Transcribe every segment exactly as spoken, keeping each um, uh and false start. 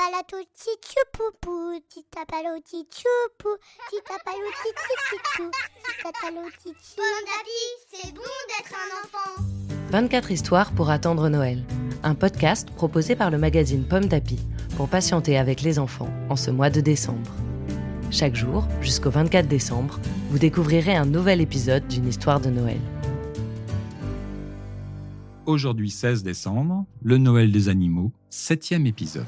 tapalato tchou-pou-pou, titapalo tchou-pou, titapalo tchou-pou, titapalo tchou. Pomme d'Api, c'est bon d'être un enfant. vingt-quatre histoires pour attendre Noël. Un podcast proposé par le magazine Pomme d'Api pour patienter avec les enfants en ce mois de décembre. Chaque jour, jusqu'au vingt-quatre décembre, vous découvrirez un nouvel épisode d'une histoire de Noël. Aujourd'hui seize décembre, le Noël des animaux, septième épisode.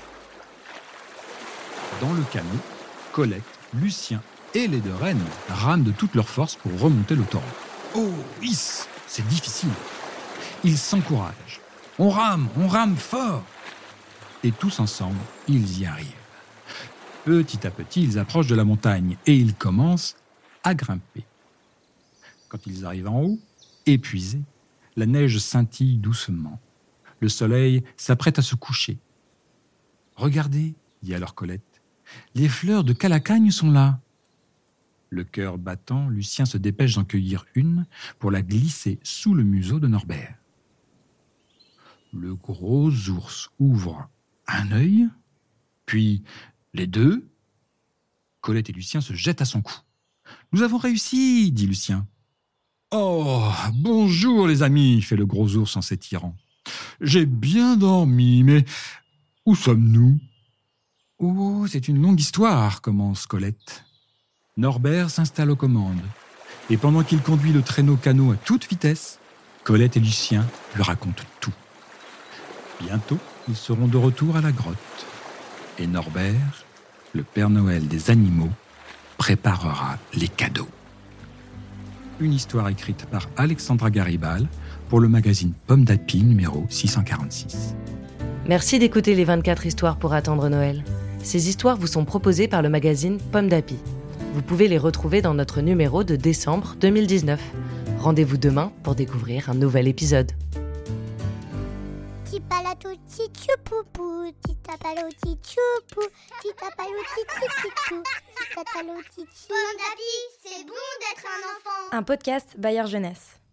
Dans le canot, Colette, Lucien et les deux rennes rament de toute leur force pour remonter le torrent. Oh, hiss, c'est difficile. Ils s'encouragent. On rame, on rame fort. Et tous ensemble, ils y arrivent. Petit à petit, ils approchent de la montagne et ils commencent à grimper. Quand ils arrivent en haut, épuisés, la neige scintille doucement. Le soleil s'apprête à se coucher. « Regardez, » dit alors Colette, « les fleurs de calacagne sont là. » Le cœur battant, Lucien se dépêche d'en cueillir une pour la glisser sous le museau de Norbert. Le gros ours ouvre un œil, puis les deux. Colette et Lucien se jettent à son cou. « Nous avons réussi !» dit Lucien. « Oh, bonjour les amis !» fait le gros ours en s'étirant. « J'ai bien dormi, mais où sommes-nous ?»« Oh, c'est une longue histoire !» commence Colette. Norbert s'installe aux commandes. Et pendant qu'il conduit le traîneau-canot à toute vitesse, Colette et Lucien lui racontent tout. Bientôt, ils seront de retour à la grotte. Et Norbert, le Père Noël des animaux, préparera les cadeaux. Une histoire écrite par Alexandra Garibal pour le magazine Pomme d'Api numéro six cent quarante-six. Merci d'écouter les vingt-quatre histoires pour attendre Noël. Ces histoires vous sont proposées par le magazine Pomme d'Api. Vous pouvez les retrouver dans notre numéro de décembre deux mille dix-neuf. Rendez-vous demain pour découvrir un nouvel épisode. Tipalato tchou-pou-pou, titapalo tchou-pou, titapalo tchou-pou, titapalo tchou. Pomme d'Api, c'est bon d'être un enfant. Un podcast Bayer Jeunesse.